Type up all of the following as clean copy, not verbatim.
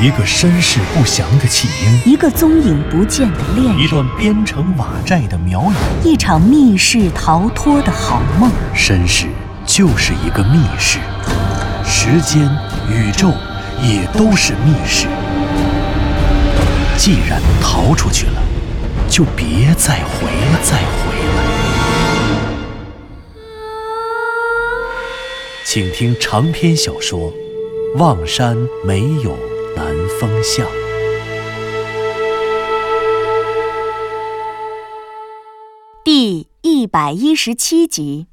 一个身世不详的弃婴， 一个踪影不见的恋人， 一段编成瓦寨的苗语， 一场密室逃脱的好梦。 身世就是一个密室，时间、宇宙也都是密室。既然逃出去了，就别再回来。请听长篇小说《望山没有南风向》 第117集。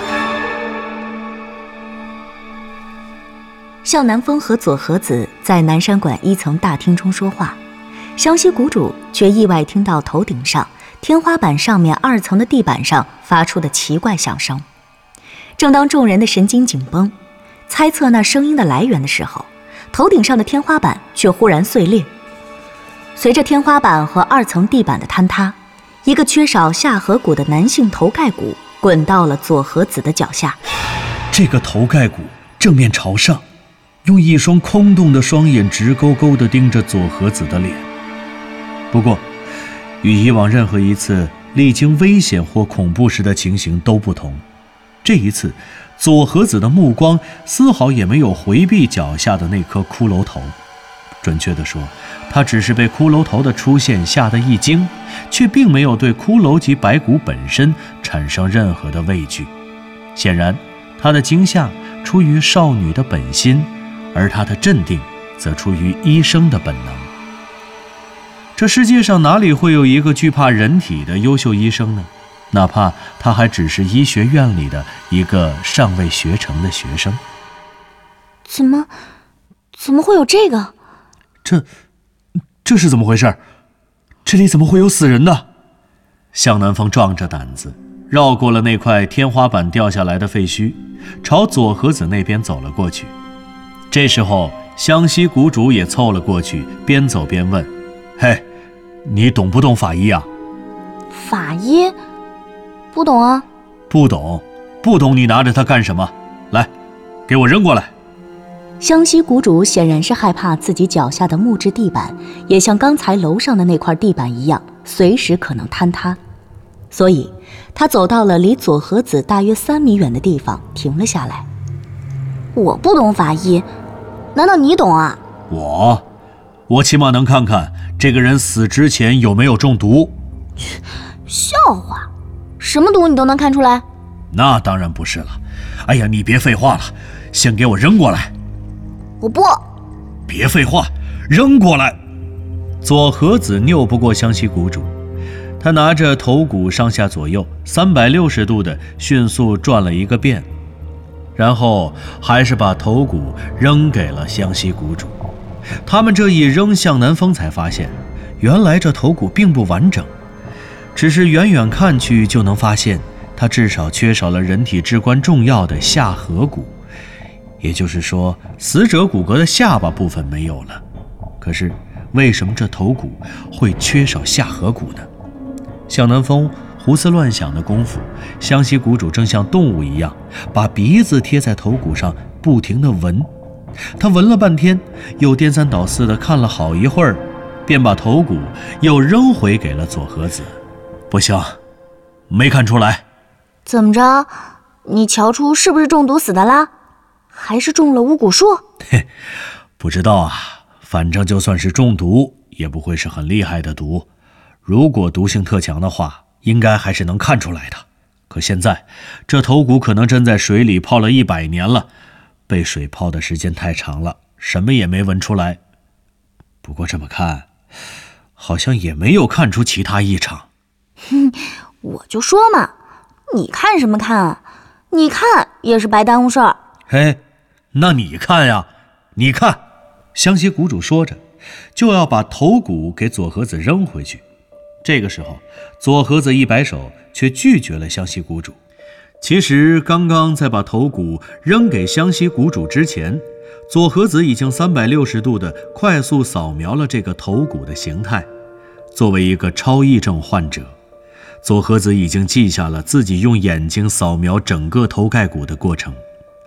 向南风和佐和子在南山馆1层大厅中说话，湘西谷主却意外听到头顶上天花板上面2层的地板上发出的奇怪响声。正当众人的神经紧绷，猜测那声音的来源的时候，头顶上的天花板却忽然碎裂。随着天花板和2层地板的坍塌，一个缺少下颌骨的男性头盖骨滚到了佐和子的脚下。 这个头盖骨正面朝上，用一双空洞的双眼直勾勾地盯着佐和子的脸。不过与以往任何一次历经危险或恐怖时的情形都不同，这一次佐和子的目光丝毫也没有回避脚下的那颗骷髅头。准确地说，他只是被骷髅头的出现吓得一惊，却并没有对骷髅及白骨本身产生任何的畏惧。显然他的惊吓出于少女的本心，而他的镇定则出于医生的本能。这世界上哪里会有一个惧怕人体的优秀医生呢？哪怕他还只是医学院里的一个尚未学成的学生。 怎么会有这个？ 这是怎么回事？这里怎么会有死人呢？向南风壮着胆子绕过了那块天花板掉下来的废墟，朝佐和子那边走了过去。这时候湘西谷主也凑了过去，边走边问：嘿，你懂不懂法医啊？ 法医？不懂啊。 不懂你拿着它干什么？来，给我扔过来。 湘西谷主显然是害怕自己脚下的木质地板也像刚才楼上的那块地板一样随时可能坍塌，所以他走到了离佐和子大约3米远的地方停了下来。我不懂法医，难道你懂啊？ 我起码能看看这个人死之前有没有中毒。 笑话，什么毒你都能看出来？ 那当然不是了。哎呀，你别废话了，先给我扔过来。 我不。 别废话，扔过来。佐和子拗不过湘西谷主，他拿着头骨上下左右360度的迅速转了一个遍，然后还是把头骨扔给了湘西谷主。他们这一扔，向南风才发现，原来这头骨并不完整，只是远远看去就能发现，它至少缺少了人体至关重要的下颌骨。也就是说，死者骨骼的下巴部分没有了。可是为什么这头骨会缺少下颌骨呢？向南风胡思乱想的功夫，湘西谷主正像动物一样把鼻子贴在头骨上不停地闻。他闻了半天，又颠三倒四地看了好一会儿，便把头骨又扔回给了佐和子。不行，没看出来。 怎么着？你瞧出是不是中毒死的啦？还是中了巫蛊术？ 不知道啊，反正就算是中毒，也不会是很厉害的毒。如果毒性特强的话，应该还是能看出来的。可现在这头骨可能真在水里泡了100年了，被水泡的时间太长了，什么也没闻出来。不过这么看，好像也没有看出其他异常。 我就说嘛，你看什么看啊？你看也是白耽误事儿。 嘿，那你看呀，你看。湘西谷主说着，就要把头骨给佐和子扔回去。这个时候，佐和子一摆手，却拒绝了湘西谷主。其实刚刚在把头骨扔给湘西谷主之前，佐和子已经360度的快速扫描了这个头骨的形态。作为一个超忆症患者，佐和子已经记下了自己用眼睛扫描整个头盖骨的过程。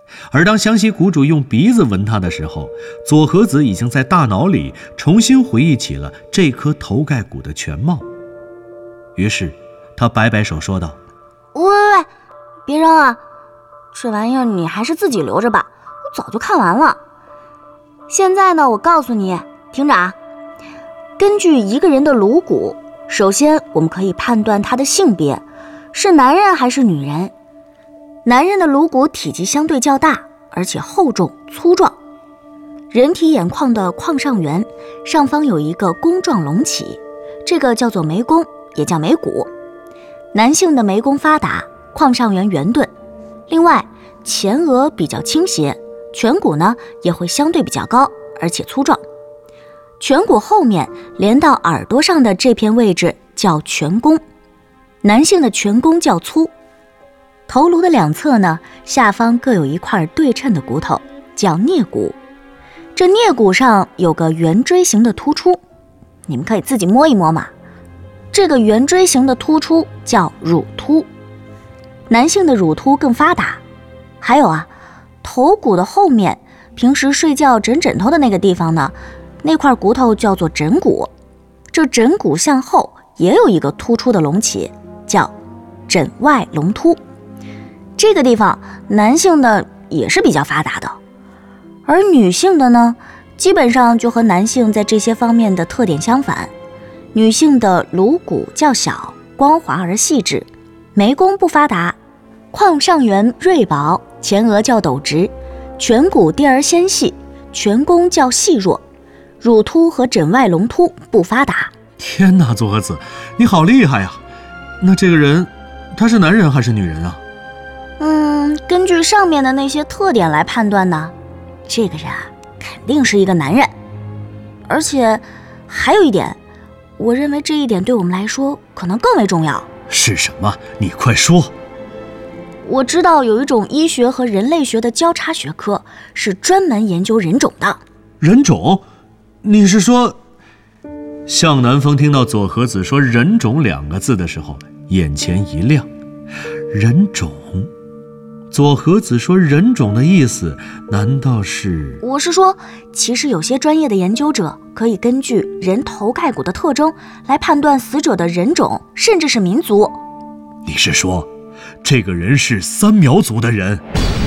而当湘西谷主用鼻子闻它的时候，佐和子已经在大脑里重新回忆起了这颗头盖骨的全貌。于是他摆摆手说道： 喂，别扔啊，这玩意儿你还是自己留着吧，我早就看完了。现在呢，我告诉你，听着啊，根据一个人的颅骨，首先我们可以判断他的性别，是男人还是女人。男人的颅骨体积相对较大，而且厚重粗壮。人体眼眶的眶上缘上方有一个弓状隆起，这个叫做眉弓，也叫眉骨。男性的眉弓发达，眶上缘圆钝。另外，前额比较倾斜，颧骨呢也会相对比较高，而且粗壮。颧骨后面连到耳朵上的这片位置叫颧弓，男性的颧弓较粗。头颅的两侧呢，下方各有一块对称的骨头，叫颞骨。这颞骨上有个圆锥形的突出，你们可以自己摸一摸嘛。这个圆锥形的突出叫乳突，男性的乳突更发达。还有啊，头骨的后面，平时睡觉枕枕头的那个地方呢，那块骨头叫做枕骨。这枕骨向后也有一个突出的隆起，叫枕外隆突。这个地方男性的也是比较发达的，而女性的呢，基本上就和男性在这些方面的特点相反。女性的颅骨较小，光滑而细致，眉弓不发达，眶上缘锐薄，前额较陡直，颧骨低而纤细，颧弓较细弱，乳突和枕外隆突不发达。 天哪，佐和子，你好厉害呀！那这个人，他是男人还是女人啊？ 根据上面的那些特点来判断呢，这个人啊，肯定是一个男人。而且还有一点，我认为这一点对我们来说可能更为重要。 是什么？你快说。 我知道有一种医学和人类学的交叉学科，是专门研究人种的。 人种？你是说……向南风听到佐和子说人种2个字的时候，眼前一亮。人种？佐和子说人种的意思难道是…… 我是说，其实有些专业的研究者可以根据人头盖骨的特征来判断死者的人种，甚至是民族。 你是说这个人是三苗族的人？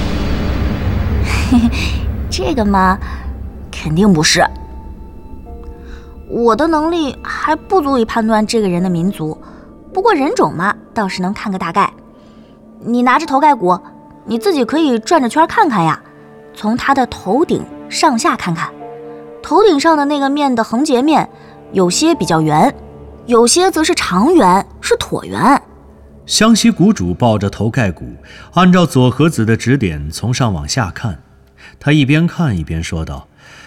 这个嘛，肯定不是。我的能力还不足以判断这个人的民族，不过人种嘛，倒是能看个大概。你拿着头盖骨，你自己可以转着圈看看呀，从他的头顶上下看看，头顶上的那个面的横截面，有些比较圆，有些则是长圆，是椭圆。 湘西谷主抱着头盖骨，按照佐和子的指点从上往下看，他一边看一边说道：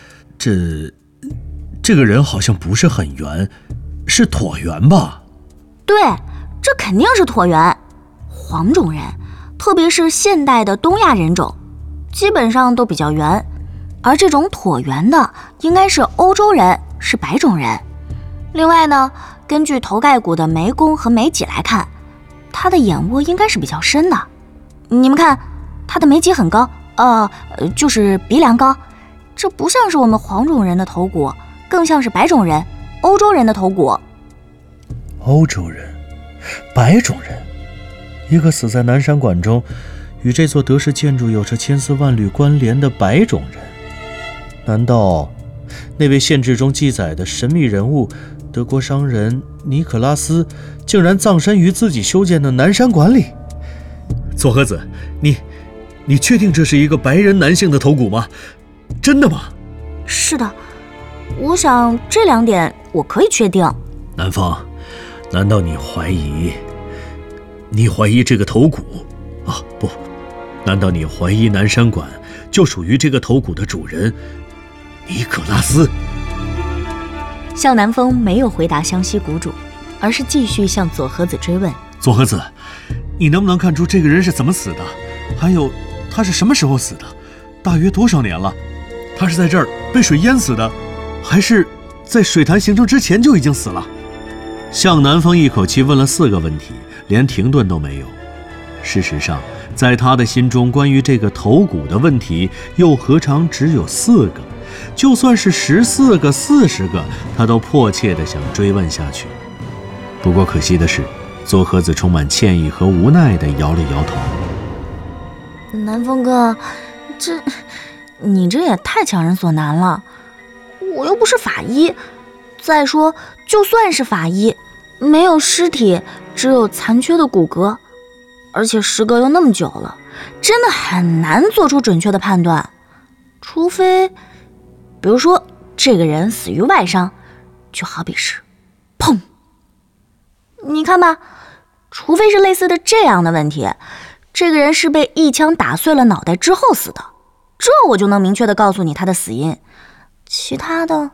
这个人好像不是很圆，是椭圆吧？ 对，这肯定是椭圆。黄种人，特别是现代的东亚人种，基本上都比较圆，而这种椭圆的应该是欧洲人，是白种人。另外呢，根据头盖骨的眉弓和眉脊来看，他的眼窝应该是比较深的。你们看，他的眉脊很高，就是鼻梁高，这不像是我们黄种人的头骨，更像是白种人、欧洲人的头骨。 欧洲人，白种人，一个死在南山馆中，与这座德式建筑有着千丝万缕关联的白种人。难道那位县志中记载的神秘人物德国商人尼可拉斯竟然葬身于自己修建的南山馆里？佐和子，你确定这是一个白人男性的头骨吗？真的吗？ 是的，我想这2点我可以确定。 南方，难道你怀疑这个头骨？不，难道你怀疑南山馆就属于这个头骨的主人尼可拉斯？ 向南风没有回答湘西谷主，而是继续向佐和子追问。 佐和子，你能不能看出这个人是怎么死的？还有，他是什么时候死的？大约多少年了？他是在这儿被水淹死的，还是在水潭形成之前就已经死了？向南风一口气问了4个问题，连停顿都没有。事实上， 在他的心中，关于这个头骨的问题又何尝只有4个？就算是14个、40个，他都迫切地想追问下去。不过可惜的是，佐和子充满歉意和无奈地摇了摇头。 南风哥，你这也太强人所难了。我又不是法医，再说就算是法医，没有尸体，只有残缺的骨骼，而且时隔又那么久了，真的很难做出准确的判断。除非比如说这个人死于外伤，就好比是砰，你看吧，除非是类似的这样的问题，这个人是被一枪打碎了脑袋之后死的，这我就能明确的告诉你他的死因。其他的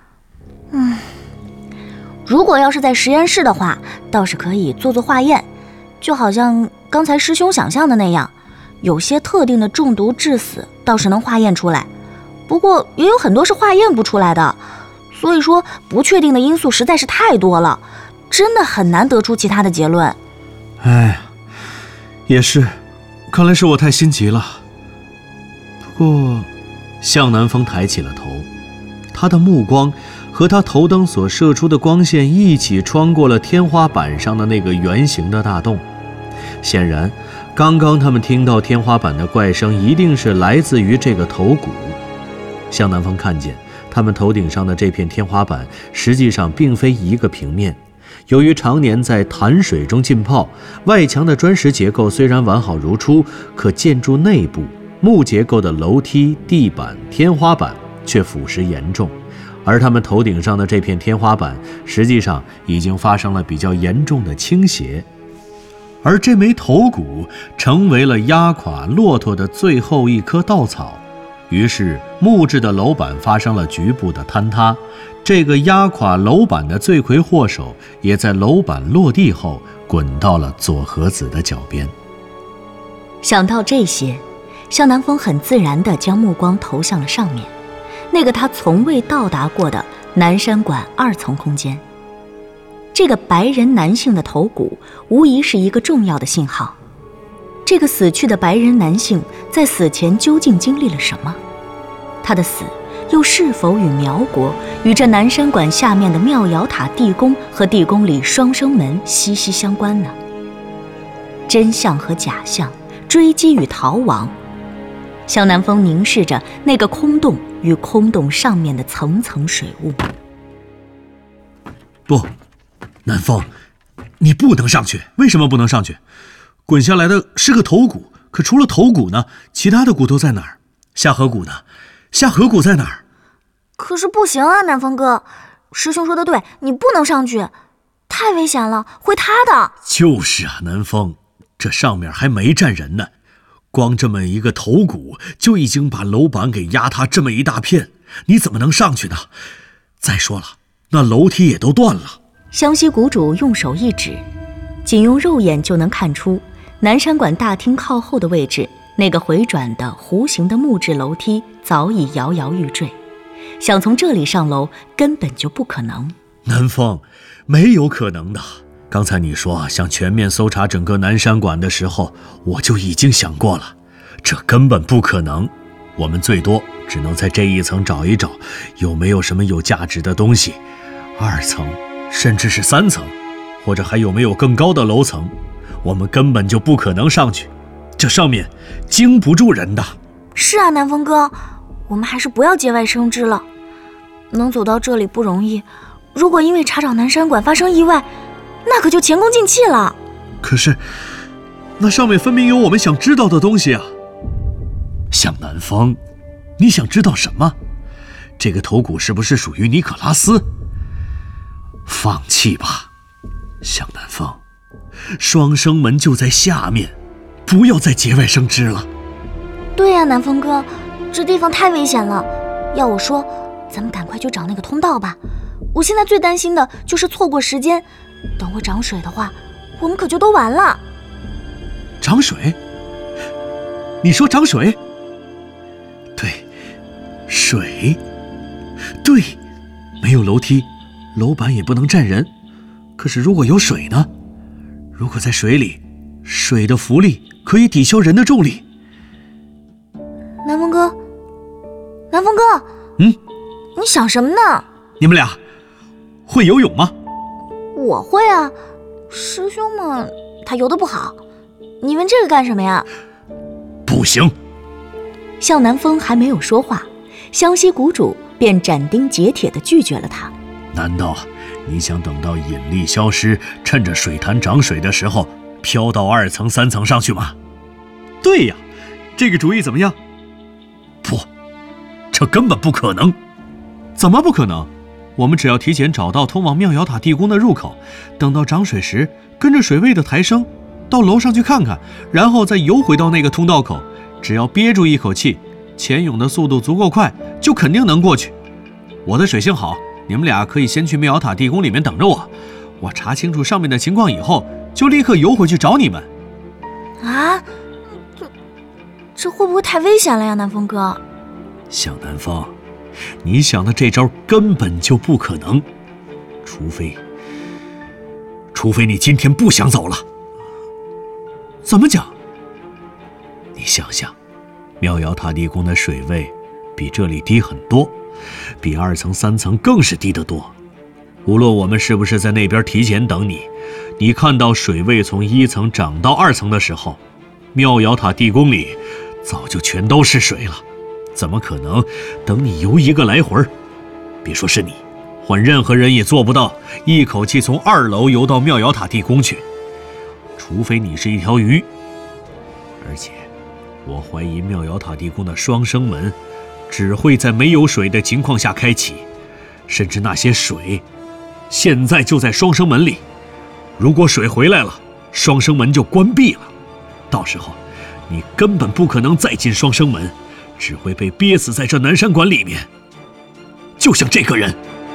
如果要是在实验室的话，倒是可以做化验，就好像刚才师兄想象的那样，有些特定的中毒致死倒是能化验出来，不过也有很多是化验不出来的，所以说不确定的因素实在是太多了，真的很难得出其他的结论。 哎呀，也是，看来是我太心急了。不过向南风抬起了头，他的目光和他头灯所射出的光线一起穿过了天花板上的那个圆形的大洞。显然刚刚他们听到天花板的怪声一定是来自于这个头骨。向南风看见他们头顶上的这片天花板实际上并非一个平面，由于常年在潭水中浸泡，外墙的砖石结构虽然完好如初，可建筑内部木结构的楼梯、地板、天花板却腐蚀严重，而他们头顶上的这片天花板实际上已经发生了比较严重的倾斜，而这枚头骨成为了压垮骆驼的最后一棵稻草。于是木质的楼板发生了局部的坍塌，这个压垮楼板的罪魁祸首也在楼板落地后滚到了佐和子的脚边。 想到这些，向南风很自然地将目光投向了上面，那个他从未到达过的南山馆2层空间。这个白人男性的头骨无疑是一个重要的信号。这个死去的白人男性在死前究竟经历了什么？他的死又是否与苗国、与这南山馆下面的妙瑶塔地宫和地宫里双生门息息相关呢？真相和假象，追击与逃亡。向南风凝视着那个空洞与空洞上面的层层水雾。 不，南风，你不能上去。为什么不能上去？滚下来的是个头骨，可除了头骨呢，其他的骨头在哪儿？下颌骨呢？下颌骨在哪儿？ 可是不行啊，南风哥，师兄说的对，你不能上去，太危险了，会塌的。 就是啊，南风，这上面还没站人呢，光这么一个头骨就已经把楼板给压塌这么一大片，你怎么能上去呢？再说了，那楼梯也都断了。 湘西谷主用手一指，仅用肉眼就能看出南山馆大厅靠后的位置，那个回转的弧形的木质楼梯早已摇摇欲坠，想从这里上楼根本就不可能。 南风，没有可能的。刚才你说想全面搜查整个南山馆的时候，我就已经想过了，这根本不可能。我们最多只能在这一层找一找，有没有什么有价值的东西。2层，甚至是3层，或者还有没有更高的楼层，我们根本就不可能上去，这上面经不住人的。 是啊，南风哥，我们还是不要节外生枝了。能走到这里不容易，如果因为查找南山馆发生意外，那可就前功尽弃了。 可是那上面分明有我们想知道的东西啊。向南风，你想知道什么？这个头骨是不是属于尼可拉斯？放弃吧，向南风，双生门就在下面，不要再节外生枝了。 对呀，南风哥，这地方太危险了，要我说，咱们赶快去找那个通道吧。我现在最担心的就是错过时间，等会涨水的话，我们可就都完了。 涨水？你说涨水？对，水。对，没有楼梯，楼板也不能站人。可是如果有水呢？如果在水里，水的浮力可以抵消人的重力。 南风哥，南风哥，你想什么呢？ 你们俩会游泳吗？ 我会啊，师兄嘛，他游得不好。你问这个干什么呀？ 不行。 向南风还没有说话，湘西谷主便斩钉截铁地拒绝了他。 难道你想等到引力消失，趁着水潭涨水的时候飘到2层3层上去吗？对呀，这个主意怎么样？不，这根本不可能。怎么不可能？我们只要提前找到通往妙瑶塔地宫的入口，等到涨水时，跟着水位的抬升，到楼上去看看，然后再游回到那个通道口。只要憋住一口气，潜泳的速度足够快，就肯定能过去。我的水性好，你们俩可以先去妙瑶塔地宫里面等着我。我查清楚上面的情况以后，就立刻游回去找你们。 啊，这会不会太危险了呀，南风哥？ 向南风，你想的这招根本就不可能，除非你今天不想走了。怎么讲？你想想，妙瑶塔地宫的水位比这里低很多，比2层3层更是低得多。无论我们是不是在那边提前等你，你看到水位从1层涨到2层的时候，妙瑶塔地宫里早就全都是水了。怎么可能等你游一个来回？别说是你，换任何人也做不到一口气从2楼游到妙瑶塔地宫去，除非你是一条鱼。而且我怀疑妙瑶塔地宫的双生门只会在没有水的情况下开启，甚至那些水现在就在双生门里。如果水回来了，双生门就关闭了，到时候你根本不可能再进双生门，只会被憋死在这南山馆里面，就像这个人。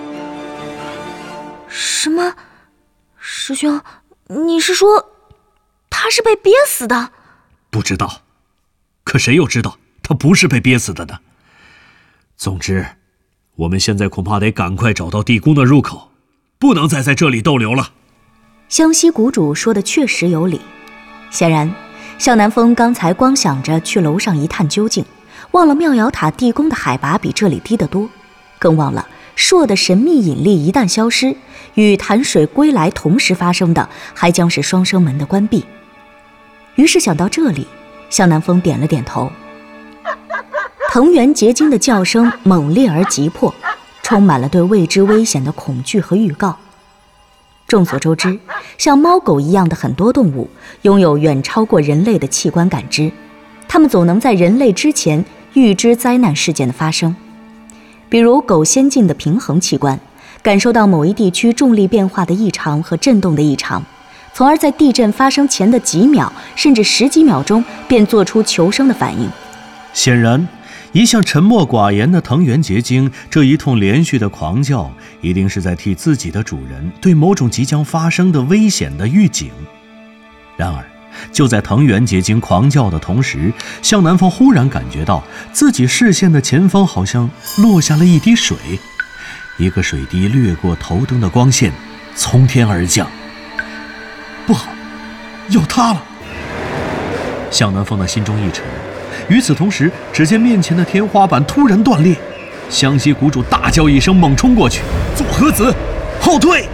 什么？师兄，你是说他是被憋死的？ 不知道，可谁又知道他不是被憋死的呢？总之，我们现在恐怕得赶快找到地宫的入口，不能再在这里逗留了。 湘西谷主说的确实有理。显然，向南风刚才光想着去楼上一探究竟，忘了妙瑶塔地宫的海拔比这里低得多，更忘了朔的神秘引力一旦消失，与潭水归来同时发生的还将是双生门的关闭。于是想到这里，向南风点了点头。藤原结晶的叫声猛烈而急迫，充满了对未知危险的恐惧和预告。众所周知，像猫狗一样的很多动物拥有远超过人类的器官感知，它们总能在人类之前预知灾难事件的发生。比如狗先进的平衡器官，感受到某一地区重力变化的异常和震动的异常，从而在地震发生前的几秒甚至10几秒钟便做出求生的反应。 显然，一向沉默寡言的藤原结晶这一通连续的狂叫，一定是在替自己的主人对某种即将发生的危险的预警。然而，就在藤原结晶狂叫的同时，向南风忽然感觉到自己视线的前方好像落下了一滴水，一个水滴掠过头灯的光线，从天而降。不好，要塌了！向南风的心中一沉。与此同时，只见面前的天花板突然断裂，湘西谷主大叫一声，猛冲过去。佐和子，后退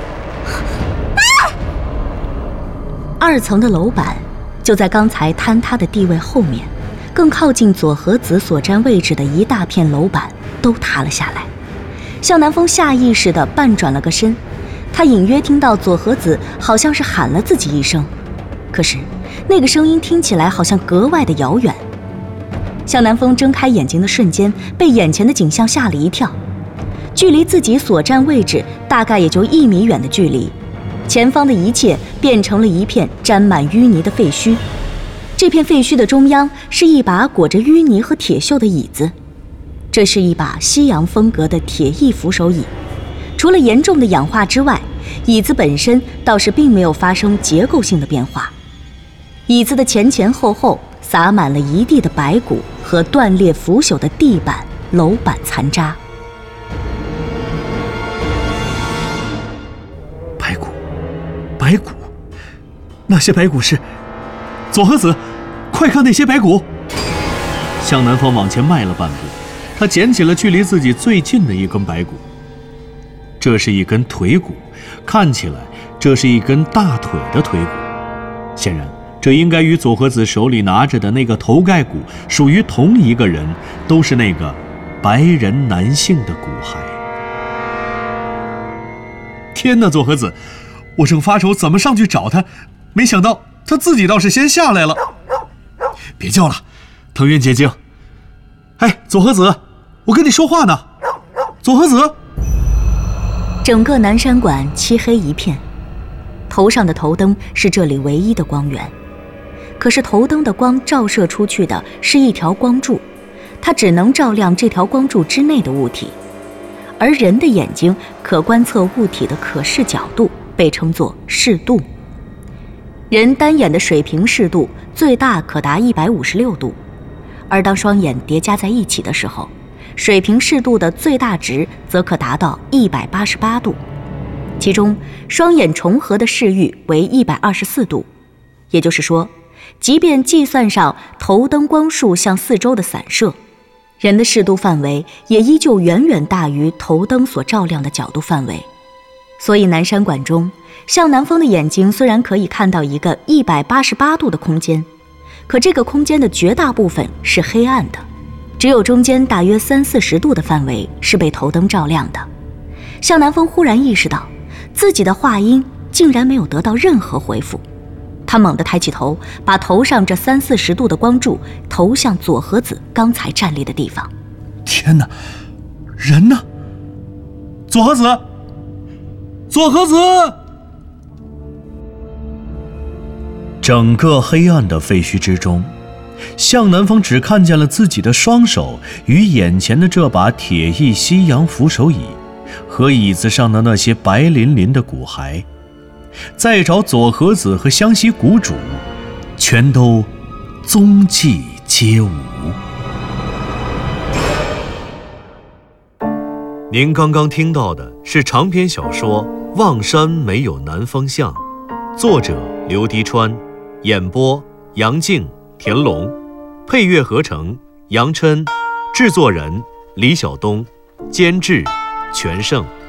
！2层的楼板就在刚才坍塌的地位后面，更靠近佐和子所站位置的一大片楼板都塌了下来。向南风下意识地半转了个身，他隐约听到佐和子好像是喊了自己一声，可是那个声音听起来好像格外的遥远。向南风睁开眼睛的瞬间，被眼前的景象吓了一跳。距离自己所站位置大概也就1米远的距离，前方的一切变成了一片沾满淤泥的废墟。这片废墟的中央是一把裹着淤泥和铁锈的椅子，这是一把西洋风格的铁艺扶手椅。除了严重的氧化之外，椅子本身倒是并没有发生结构性的变化。椅子的前前后后洒满了一地的白骨和断裂腐朽的地板、楼板残渣。 白骨，那些白骨是佐和子。 快看那些白骨！向南风往前迈了半步，他捡起了距离自己最近的一根白骨。这是一根腿骨，看起来这是一根大腿的腿骨。显然，这应该与佐和子手里拿着的那个头盖骨属于同一个人，都是那个白人男性的骨骸。天哪，佐和子！我正发愁怎么上去找他，没想到他自己倒是先下来了。别叫了，藤原结晶。哎，佐和子，我跟你说话呢。佐和子。 整个南山馆漆黑一片，头上的头灯是这里唯一的光源。可是头灯的光照射出去的是一条光柱，它只能照亮这条光柱之内的物体，而人的眼睛可观测物体的可视角度被称作视度。人单眼的水平视度最大可达156度，而当双眼叠加在一起的时候，水平视度的最大值则可达到188度，其中双眼重合的视域为124度。也就是说，即便计算上头灯光束向四周的散射，人的视度范围也依旧远远大于头灯所照亮的角度范围。所以南山馆中，向南风的眼睛虽然可以看到一个188度的空间，可这个空间的绝大部分是黑暗的，只有中间大约30-40度的范围是被头灯照亮的。向南风忽然意识到，自己的话音竟然没有得到任何回复。他猛地抬起头，把头上这30-40度的光柱投向佐和子刚才站立的地方。 天哪，人呢？佐和子，佐和子！整个黑暗的废墟之中，向南风只看见了自己的双手与眼前的这把铁艺西洋扶手椅，和椅子上的那些白淋淋的骨骸。再找佐和子和湘西谷主，全都踪迹皆无。您刚刚听到的是长篇小说《望山没有南方向》，作者刘迪川，演播杨静、田龙，配乐合成杨琛，制作人李晓东，监制全胜。